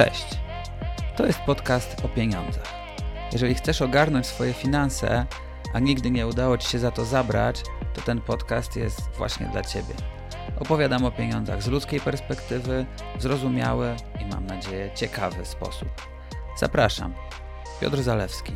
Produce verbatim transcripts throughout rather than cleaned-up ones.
Cześć, to jest podcast o pieniądzach. Jeżeli chcesz ogarnąć swoje finanse, a nigdy nie udało Ci się za to zabrać, to ten podcast jest właśnie dla Ciebie. Opowiadam o pieniądzach z ludzkiej perspektywy, w zrozumiały i mam nadzieję ciekawy sposób. Zapraszam, Piotr Zalewski.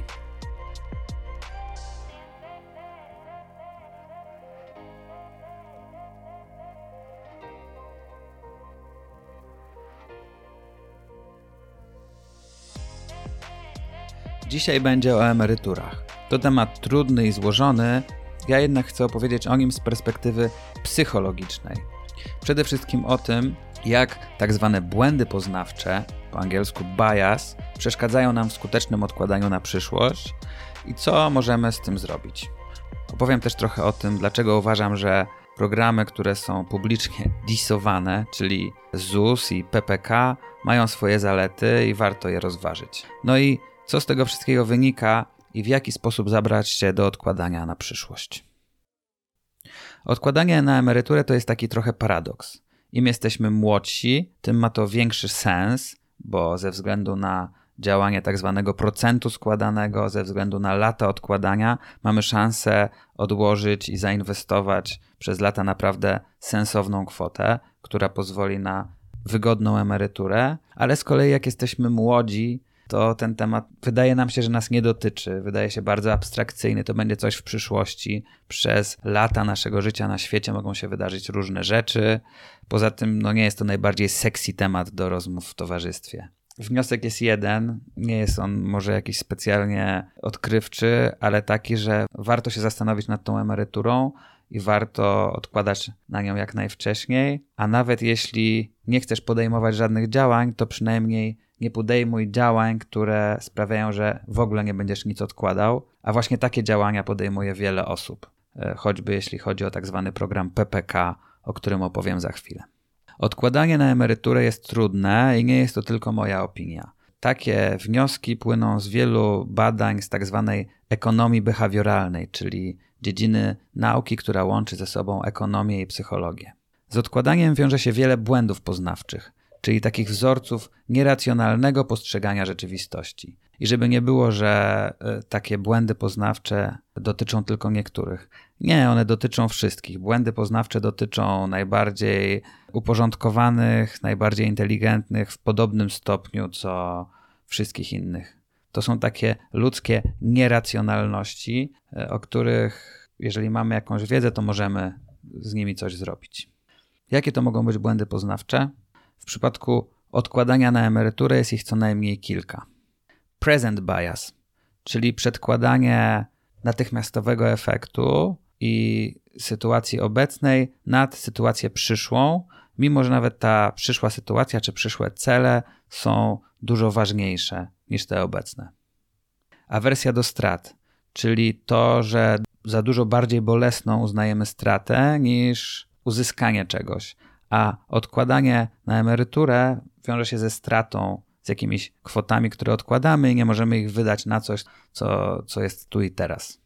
Dzisiaj będzie o emeryturach. To temat trudny i złożony, ja jednak chcę opowiedzieć o nim z perspektywy psychologicznej. Przede wszystkim o tym, jak tak zwane błędy poznawcze, po angielsku bias, przeszkadzają nam w skutecznym odkładaniu na przyszłość i co możemy z tym zrobić. Opowiem też trochę o tym, dlaczego uważam, że programy, które są publicznie disowane, czyli Z U S i P P K, mają swoje zalety i warto je rozważyć. No i co z tego wszystkiego wynika i w jaki sposób zabrać się do odkładania na przyszłość. Odkładanie na emeryturę to jest taki trochę paradoks. Im jesteśmy młodsi, tym ma to większy sens, bo ze względu na działanie tak zwanego procentu składanego, ze względu na lata odkładania, mamy szansę odłożyć i zainwestować przez lata naprawdę sensowną kwotę, która pozwoli na wygodną emeryturę, ale z kolei jak jesteśmy młodzi, to ten temat wydaje nam się, że nas nie dotyczy, wydaje się bardzo abstrakcyjny, to będzie coś w przyszłości. Przez lata naszego życia na świecie mogą się wydarzyć różne rzeczy. Poza tym no nie jest to najbardziej sexy temat do rozmów w towarzystwie. Wniosek jest jeden, nie jest on może jakiś specjalnie odkrywczy, ale taki, że warto się zastanowić nad tą emeryturą i warto odkładać na nią jak najwcześniej, a nawet jeśli nie chcesz podejmować żadnych działań, to przynajmniej nie podejmuj działań, które sprawiają, że w ogóle nie będziesz nic odkładał, a właśnie takie działania podejmuje wiele osób, choćby jeśli chodzi o tak zwany program P P K, o którym opowiem za chwilę. Odkładanie na emeryturę jest trudne i nie jest to tylko moja opinia. Takie wnioski płyną z wielu badań z tak zwanej ekonomii behawioralnej, czyli dziedziny nauki, która łączy ze sobą ekonomię i psychologię. Z odkładaniem wiąże się wiele błędów poznawczych, czyli takich wzorców nieracjonalnego postrzegania rzeczywistości. I żeby nie było, że takie błędy poznawcze dotyczą tylko niektórych. Nie, one dotyczą wszystkich. Błędy poznawcze dotyczą najbardziej uporządkowanych, najbardziej inteligentnych w podobnym stopniu co wszystkich innych. To są takie ludzkie nieracjonalności, o których jeżeli mamy jakąś wiedzę, to możemy z nimi coś zrobić. Jakie to mogą być błędy poznawcze? W przypadku odkładania na emeryturę jest ich co najmniej kilka. Present bias, czyli przedkładanie natychmiastowego efektu i sytuacji obecnej nad sytuację przyszłą, mimo że nawet ta przyszła sytuacja czy przyszłe cele są dużo ważniejsze niż te obecne. Awersja do strat, czyli to, że za dużo bardziej bolesną uznajemy stratę niż uzyskanie czegoś, a odkładanie na emeryturę wiąże się ze stratą, z jakimiś kwotami, które odkładamy i nie możemy ich wydać na coś, co, co jest tu i teraz.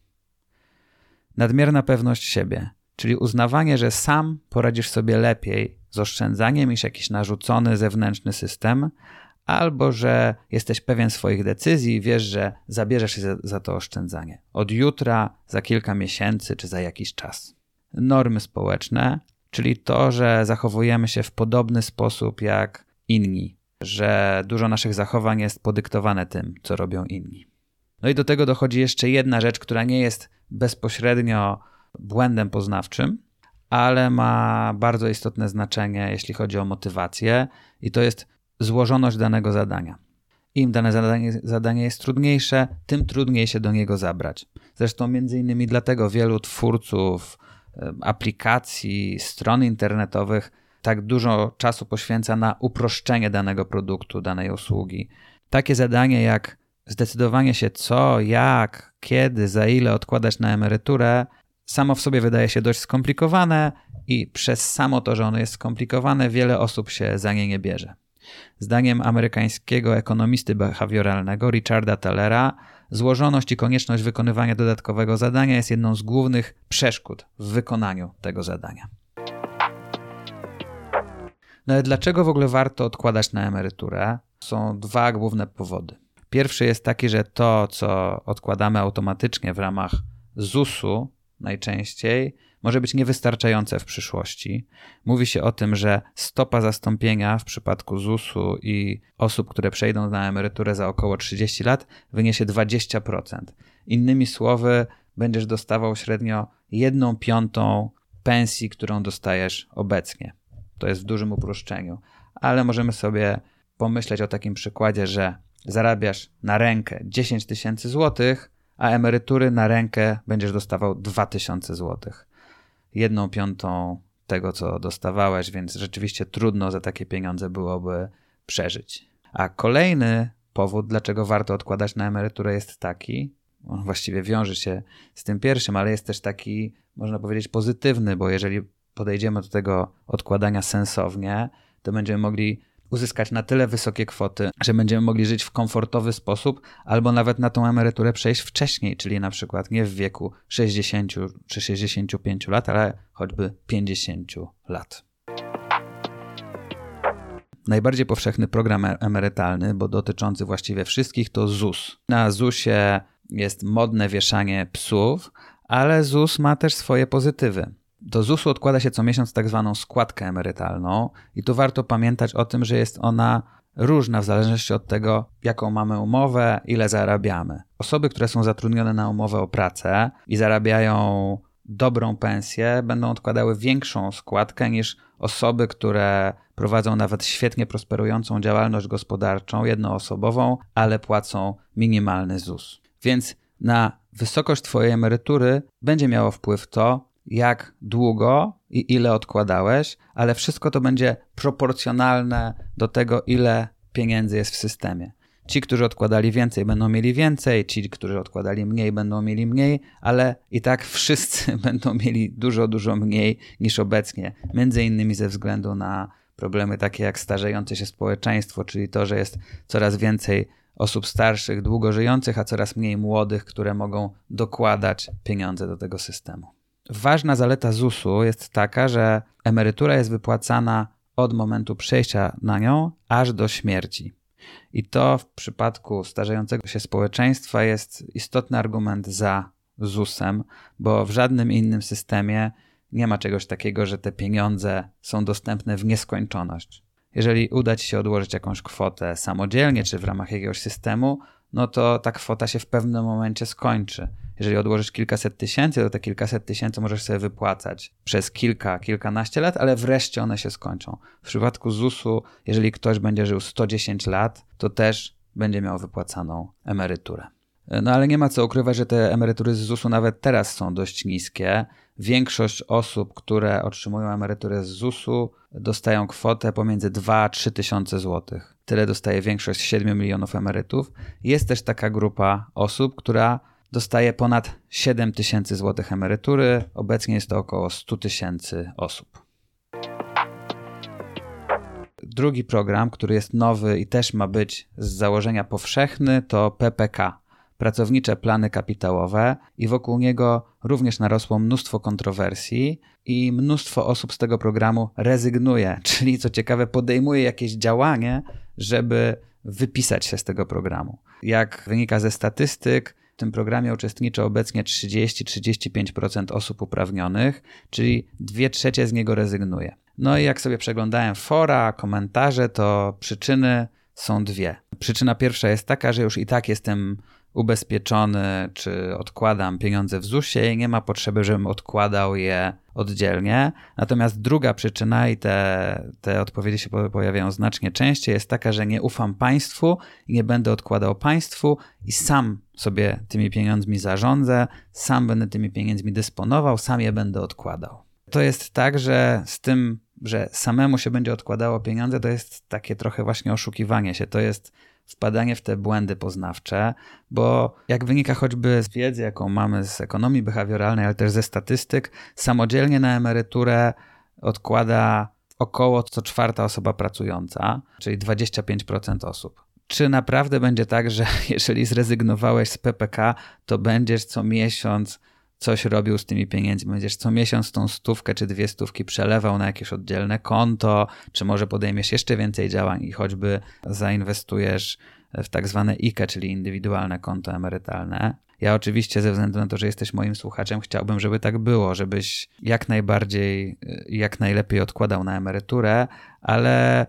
Nadmierna pewność siebie, czyli uznawanie, że sam poradzisz sobie lepiej z oszczędzaniem niż jakiś narzucony zewnętrzny system, albo że jesteś pewien swoich decyzji i wiesz, że zabierzesz się za, za to oszczędzanie. Od jutra, za kilka miesięcy czy za jakiś czas. Normy społeczne, czyli to, że zachowujemy się w podobny sposób jak inni, że dużo naszych zachowań jest podyktowane tym, co robią inni. No i do tego dochodzi jeszcze jedna rzecz, która nie jest bezpośrednio błędem poznawczym, ale ma bardzo istotne znaczenie, jeśli chodzi o motywację, i to jest złożoność danego zadania. Im dane zadanie, zadanie jest trudniejsze, tym trudniej się do niego zabrać. Zresztą między innymi dlatego wielu twórców aplikacji, stron internetowych tak dużo czasu poświęca na uproszczenie danego produktu, danej usługi. Takie zadanie jak zdecydowanie się co, jak, kiedy, za ile odkładać na emeryturę samo w sobie wydaje się dość skomplikowane i przez samo to, że ono jest skomplikowane, wiele osób się za nie nie bierze. Zdaniem amerykańskiego ekonomisty behawioralnego Richarda Thalera złożoność i konieczność wykonywania dodatkowego zadania jest jedną z głównych przeszkód w wykonaniu tego zadania. No ale dlaczego w ogóle warto odkładać na emeryturę? Są dwa główne powody. Pierwszy jest taki, że to, co odkładamy automatycznie w ramach zusu najczęściej, może być niewystarczające w przyszłości. Mówi się o tym, że stopa zastąpienia w przypadku zusu i osób, które przejdą na emeryturę za około trzydzieści lat, wyniesie dwadzieścia procent. Innymi słowy, będziesz dostawał średnio jedną piątą pensji, którą dostajesz obecnie. To jest w dużym uproszczeniu, ale możemy sobie pomyśleć o takim przykładzie, że zarabiasz na rękę dziesięć tysięcy złotych, a emerytury na rękę będziesz dostawał dwa tysiące złotych. Jedną piątą tego, co dostawałeś, więc rzeczywiście trudno za takie pieniądze byłoby przeżyć. A kolejny powód, dlaczego warto odkładać na emeryturę, jest taki, on właściwie wiąże się z tym pierwszym, ale jest też taki, można powiedzieć, pozytywny, bo jeżeli podejdziemy do tego odkładania sensownie, to będziemy mogli uzyskać na tyle wysokie kwoty, że będziemy mogli żyć w komfortowy sposób, albo nawet na tą emeryturę przejść wcześniej, czyli na przykład nie w wieku sześćdziesięciu czy sześćdziesięciu pięciu lat, ale choćby pięćdziesięciu lat. Najbardziej powszechny program emerytalny, bo dotyczący właściwie wszystkich, to ZUS. Na zusie jest modne wieszanie psów, ale ZUS ma też swoje pozytywy. Do zusu odkłada się co miesiąc tak zwaną składkę emerytalną i tu warto pamiętać o tym, że jest ona różna w zależności od tego, jaką mamy umowę, ile zarabiamy. Osoby, które są zatrudnione na umowę o pracę i zarabiają dobrą pensję, będą odkładały większą składkę niż osoby, które prowadzą nawet świetnie prosperującą działalność gospodarczą, jednoosobową, ale płacą minimalny ZUS. Więc na wysokość twojej emerytury będzie miało wpływ to, jak długo i ile odkładałeś, ale wszystko to będzie proporcjonalne do tego, ile pieniędzy jest w systemie. Ci, którzy odkładali więcej, będą mieli więcej, ci, którzy odkładali mniej, będą mieli mniej, ale i tak wszyscy będą mieli dużo, dużo mniej niż obecnie. Między innymi ze względu na problemy takie jak starzejące się społeczeństwo, czyli to, że jest coraz więcej osób starszych, długo żyjących, a coraz mniej młodych, które mogą dokładać pieniądze do tego systemu. Ważna zaleta zusu jest taka, że emerytura jest wypłacana od momentu przejścia na nią aż do śmierci. I to w przypadku starzejącego się społeczeństwa jest istotny argument za zusem, bo w żadnym innym systemie nie ma czegoś takiego, że te pieniądze są dostępne w nieskończoność. Jeżeli uda ci się odłożyć jakąś kwotę samodzielnie czy w ramach jakiegoś systemu, no to ta kwota się w pewnym momencie skończy. Jeżeli odłożysz kilkaset tysięcy, to te kilkaset tysięcy możesz sobie wypłacać przez kilka, kilkanaście lat, ale wreszcie one się skończą. W przypadku zusu, jeżeli ktoś będzie żył sto dziesięć lat, to też będzie miał wypłacaną emeryturę. No ale nie ma co ukrywać, że te emerytury z zusu nawet teraz są dość niskie. Większość osób, które otrzymują emeryturę z zusu, dostają kwotę pomiędzy dwa a trzy tysiące złotych. Tyle dostaje większość siedmiu milionów emerytów. Jest też taka grupa osób, która dostaje ponad siedem tysięcy złotych emerytury. Obecnie jest to około sto tysięcy osób. Drugi program, który jest nowy i też ma być z założenia powszechny, to P P K. Pracownicze plany kapitałowe i wokół niego również narosło mnóstwo kontrowersji i mnóstwo osób z tego programu rezygnuje, czyli co ciekawe podejmuje jakieś działanie, żeby wypisać się z tego programu. Jak wynika ze statystyk, w tym programie uczestniczy obecnie trzydzieści do trzydziestu pięciu procent osób uprawnionych, czyli dwie trzecie z niego rezygnuje. No i jak sobie przeglądałem fora, komentarze, to przyczyny są dwie. Przyczyna pierwsza jest taka, że już i tak jestem ubezpieczony, czy odkładam pieniądze w zusie i nie ma potrzeby, żebym odkładał je oddzielnie. Natomiast druga przyczyna, i te, te odpowiedzi się pojawiają znacznie częściej, jest taka, że nie ufam państwu i nie będę odkładał państwu i sam sobie tymi pieniędzmi zarządzę, sam będę tymi pieniędzmi dysponował, sam je będę odkładał. To jest tak, że z tym, że samemu się będzie odkładało pieniądze, to jest takie trochę właśnie oszukiwanie się. To jest wpadanie w te błędy poznawcze, bo jak wynika choćby z wiedzy, jaką mamy z ekonomii behawioralnej, ale też ze statystyk, samodzielnie na emeryturę odkłada około co czwarta osoba pracująca, czyli dwadzieścia pięć procent osób. Czy naprawdę będzie tak, że jeżeli zrezygnowałeś z P P K, to będziesz co miesiąc coś robił z tymi pieniędzmi. Będziesz co miesiąc tą stówkę czy dwie stówki przelewał na jakieś oddzielne konto, czy może podejmiesz jeszcze więcej działań i choćby zainwestujesz w tak zwane I K E, czyli indywidualne konto emerytalne. Ja oczywiście ze względu na to, że jesteś moim słuchaczem, chciałbym, żeby tak było, żebyś jak najbardziej, jak najlepiej odkładał na emeryturę, ale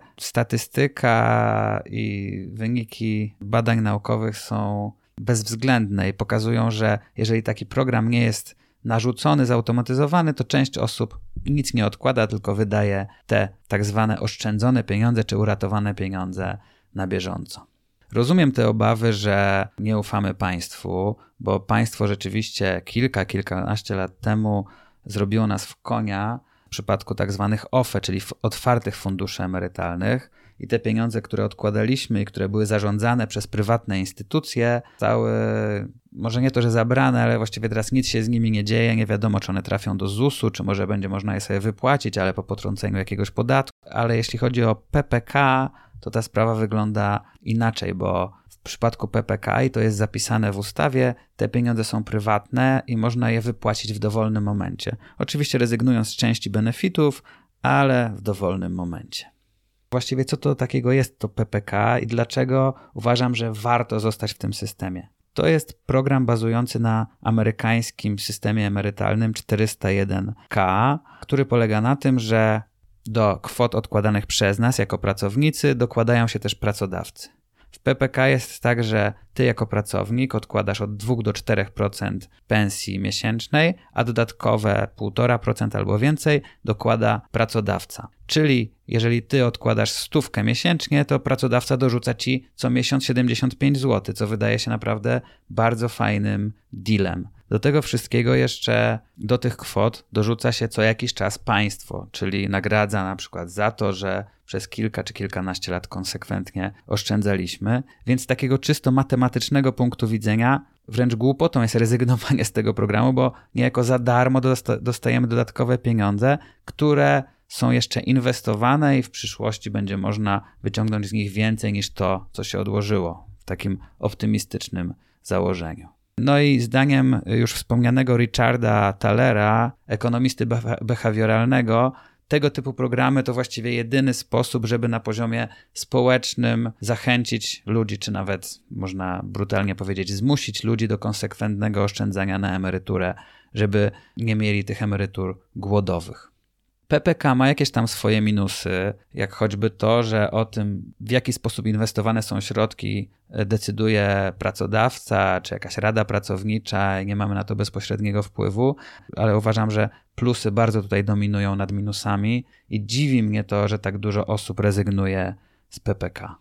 statystyka i wyniki badań naukowych są bezwzględne i pokazują, że jeżeli taki program nie jest narzucony, zautomatyzowany, to część osób nic nie odkłada, tylko wydaje te tak zwane oszczędzone pieniądze czy uratowane pieniądze na bieżąco. Rozumiem te obawy, że nie ufamy państwu, bo państwo rzeczywiście kilka, kilkanaście lat temu zrobiło nas w konia w przypadku tak zwanych O F E, czyli otwartych funduszy emerytalnych i te pieniądze, które odkładaliśmy i które były zarządzane przez prywatne instytucje, stały, może nie to, że zabrane, ale właściwie teraz nic się z nimi nie dzieje, nie wiadomo, czy one trafią do zusu, czy może będzie można je sobie wypłacić, ale po potrąceniu jakiegoś podatku. Ale jeśli chodzi o P P K, to ta sprawa wygląda inaczej, bo w przypadku P P K, i to jest zapisane w ustawie, te pieniądze są prywatne i można je wypłacić w dowolnym momencie. Oczywiście rezygnując z części benefitów, ale w dowolnym momencie. Właściwie co to takiego jest to P P K i dlaczego uważam, że warto zostać w tym systemie? To jest program bazujący na amerykańskim systemie emerytalnym czterysta jeden K, który polega na tym, że do kwot odkładanych przez nas jako pracownicy dokładają się też pracodawcy. W P P K jest tak, że ty jako pracownik odkładasz od dwa do czterech procent pensji miesięcznej, a dodatkowe półtora procent albo więcej dokłada pracodawca. Czyli jeżeli ty odkładasz stówkę miesięcznie, to pracodawca dorzuca ci co miesiąc siedemdziesiąt pięć złotych, co wydaje się naprawdę bardzo fajnym dealem. Do tego wszystkiego jeszcze do tych kwot dorzuca się co jakiś czas państwo, czyli nagradza na przykład za to, że przez kilka czy kilkanaście lat konsekwentnie oszczędzaliśmy, więc z takiego czysto matematycznego punktu widzenia wręcz głupotą jest rezygnowanie z tego programu, bo niejako za darmo dosta- dostajemy dodatkowe pieniądze, które są jeszcze inwestowane i w przyszłości będzie można wyciągnąć z nich więcej niż to, co się odłożyło w takim optymistycznym założeniu. No i zdaniem już wspomnianego Richarda Thalera, ekonomisty behawioralnego, tego typu programy to właściwie jedyny sposób, żeby na poziomie społecznym zachęcić ludzi, czy nawet można brutalnie powiedzieć zmusić ludzi do konsekwentnego oszczędzania na emeryturę, żeby nie mieli tych emerytur głodowych. P P K ma jakieś tam swoje minusy, jak choćby to, że o tym, w jaki sposób inwestowane są środki, decyduje pracodawca czy jakaś rada pracownicza i nie mamy na to bezpośredniego wpływu, ale uważam, że plusy bardzo tutaj dominują nad minusami i dziwi mnie to, że tak dużo osób rezygnuje z P P K.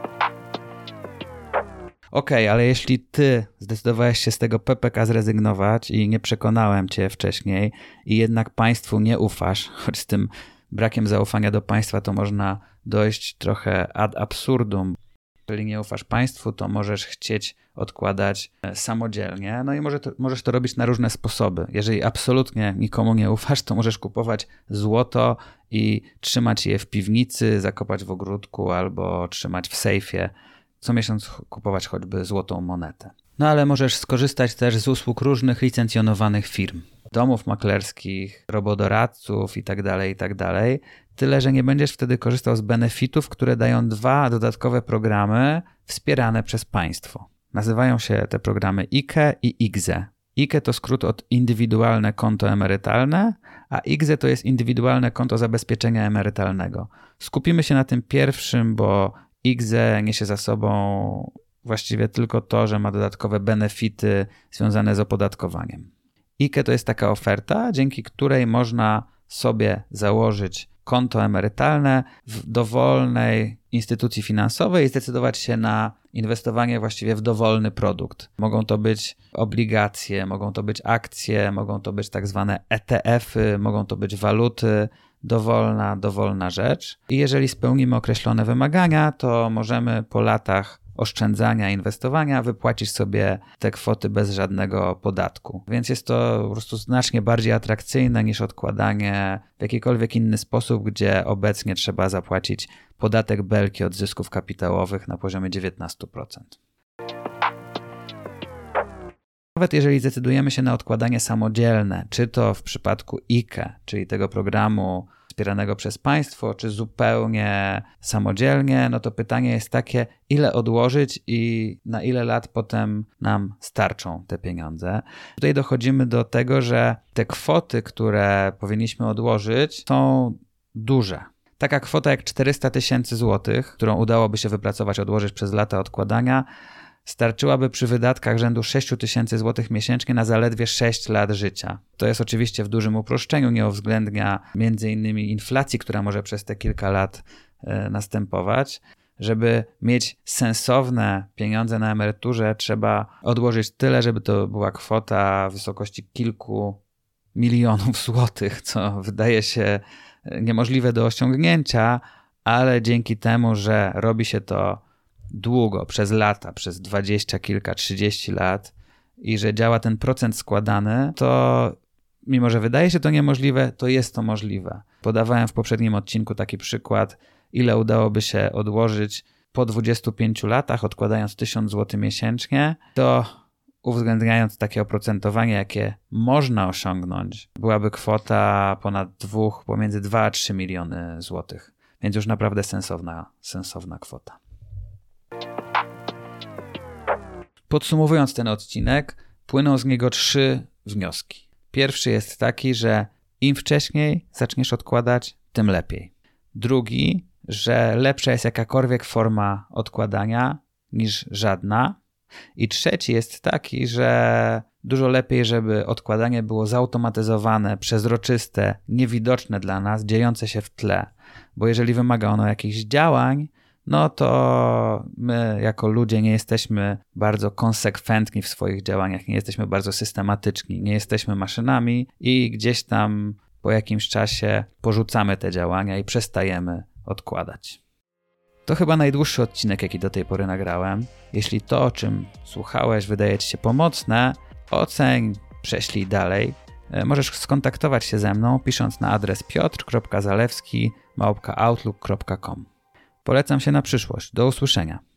Okej, okay, ale jeśli ty zdecydowałeś się z tego P P K zrezygnować i nie przekonałem cię wcześniej i jednak państwu nie ufasz, choć z tym brakiem zaufania do państwa to można dojść trochę ad absurdum. Jeżeli nie ufasz państwu, to możesz chcieć odkładać samodzielnie, no i może to, możesz to robić na różne sposoby. Jeżeli absolutnie nikomu nie ufasz, to możesz kupować złoto i trzymać je w piwnicy, zakopać w ogródku albo trzymać w sejfie. Co miesiąc kupować choćby złotą monetę. No ale możesz skorzystać też z usług różnych licencjonowanych firm, domów maklerskich, robodoradców itd., itd. Tyle, że nie będziesz wtedy korzystał z benefitów, które dają dwa dodatkowe programy wspierane przez państwo. Nazywają się te programy I K E i I G Z E. I K E to skrót od indywidualne konto emerytalne, a I G Z E to jest indywidualne konto zabezpieczenia emerytalnego. Skupimy się na tym pierwszym, bo I G Z E niesie za sobą właściwie tylko to, że ma dodatkowe benefity związane z opodatkowaniem. I K E to jest taka oferta, dzięki której można sobie założyć konto emerytalne w dowolnej instytucji finansowej i zdecydować się na inwestowanie właściwie w dowolny produkt. Mogą to być obligacje, mogą to być akcje, mogą to być tak zwane E T F-y, mogą to być waluty. Dowolna, dowolna rzecz. I jeżeli spełnimy określone wymagania, to możemy po latach oszczędzania, inwestowania wypłacić sobie te kwoty bez żadnego podatku. Więc jest to po prostu znacznie bardziej atrakcyjne niż odkładanie w jakikolwiek inny sposób, gdzie obecnie trzeba zapłacić podatek belki od zysków kapitałowych na poziomie dziewiętnaście procent. nawet jeżeli zdecydujemy się na odkładanie samodzielne, czy to w przypadku I K E, czyli tego programu wspieranego przez państwo, czy zupełnie samodzielnie, no to pytanie jest takie, ile odłożyć i na ile lat potem nam starczą te pieniądze. Tutaj dochodzimy do tego, że te kwoty, które powinniśmy odłożyć, są duże. Taka kwota jak czterysta tysięcy złotych, którą udałoby się wypracować, odłożyć przez lata odkładania, starczyłaby przy wydatkach rzędu sześć tysięcy złotych miesięcznie na zaledwie sześć lat życia. To jest oczywiście w dużym uproszczeniu, nie uwzględnia między innymi inflacji, która może przez te kilka lat y, następować. Żeby mieć sensowne pieniądze na emeryturze, trzeba odłożyć tyle, żeby to była kwota w wysokości kilku milionów złotych, co wydaje się niemożliwe do osiągnięcia, ale dzięki temu, że robi się to długo, przez lata, przez dwadzieścia kilka, trzydzieści lat i że działa ten procent składany, to mimo, że wydaje się to niemożliwe, to jest to możliwe. Podawałem w poprzednim odcinku taki przykład, ile udałoby się odłożyć po dwudziestu pięciu latach, odkładając tysiąc złotych miesięcznie, to uwzględniając takie oprocentowanie, jakie można osiągnąć, byłaby kwota ponad dwóch, pomiędzy dwa a trzy miliony złotych. Więc już naprawdę sensowna, sensowna kwota. Podsumowując ten odcinek, płyną z niego trzy wnioski. Pierwszy jest taki, że im wcześniej zaczniesz odkładać, tym lepiej. Drugi, że lepsza jest jakakolwiek forma odkładania niż żadna. I trzeci jest taki, że dużo lepiej, żeby odkładanie było zautomatyzowane, przezroczyste, niewidoczne dla nas, dziejące się w tle. Bo jeżeli wymaga ono jakichś działań, no to my jako ludzie nie jesteśmy bardzo konsekwentni w swoich działaniach, nie jesteśmy bardzo systematyczni, nie jesteśmy maszynami i gdzieś tam po jakimś czasie porzucamy te działania i przestajemy odkładać. To chyba najdłuższy odcinek, jaki do tej pory nagrałem. Jeśli to, o czym słuchałeś, wydaje ci się pomocne, oceń, prześlij dalej. Możesz skontaktować się ze mną, pisząc na adres piotr kropka zalewski małpka outlook kropka com. Polecam się na przyszłość. Do usłyszenia.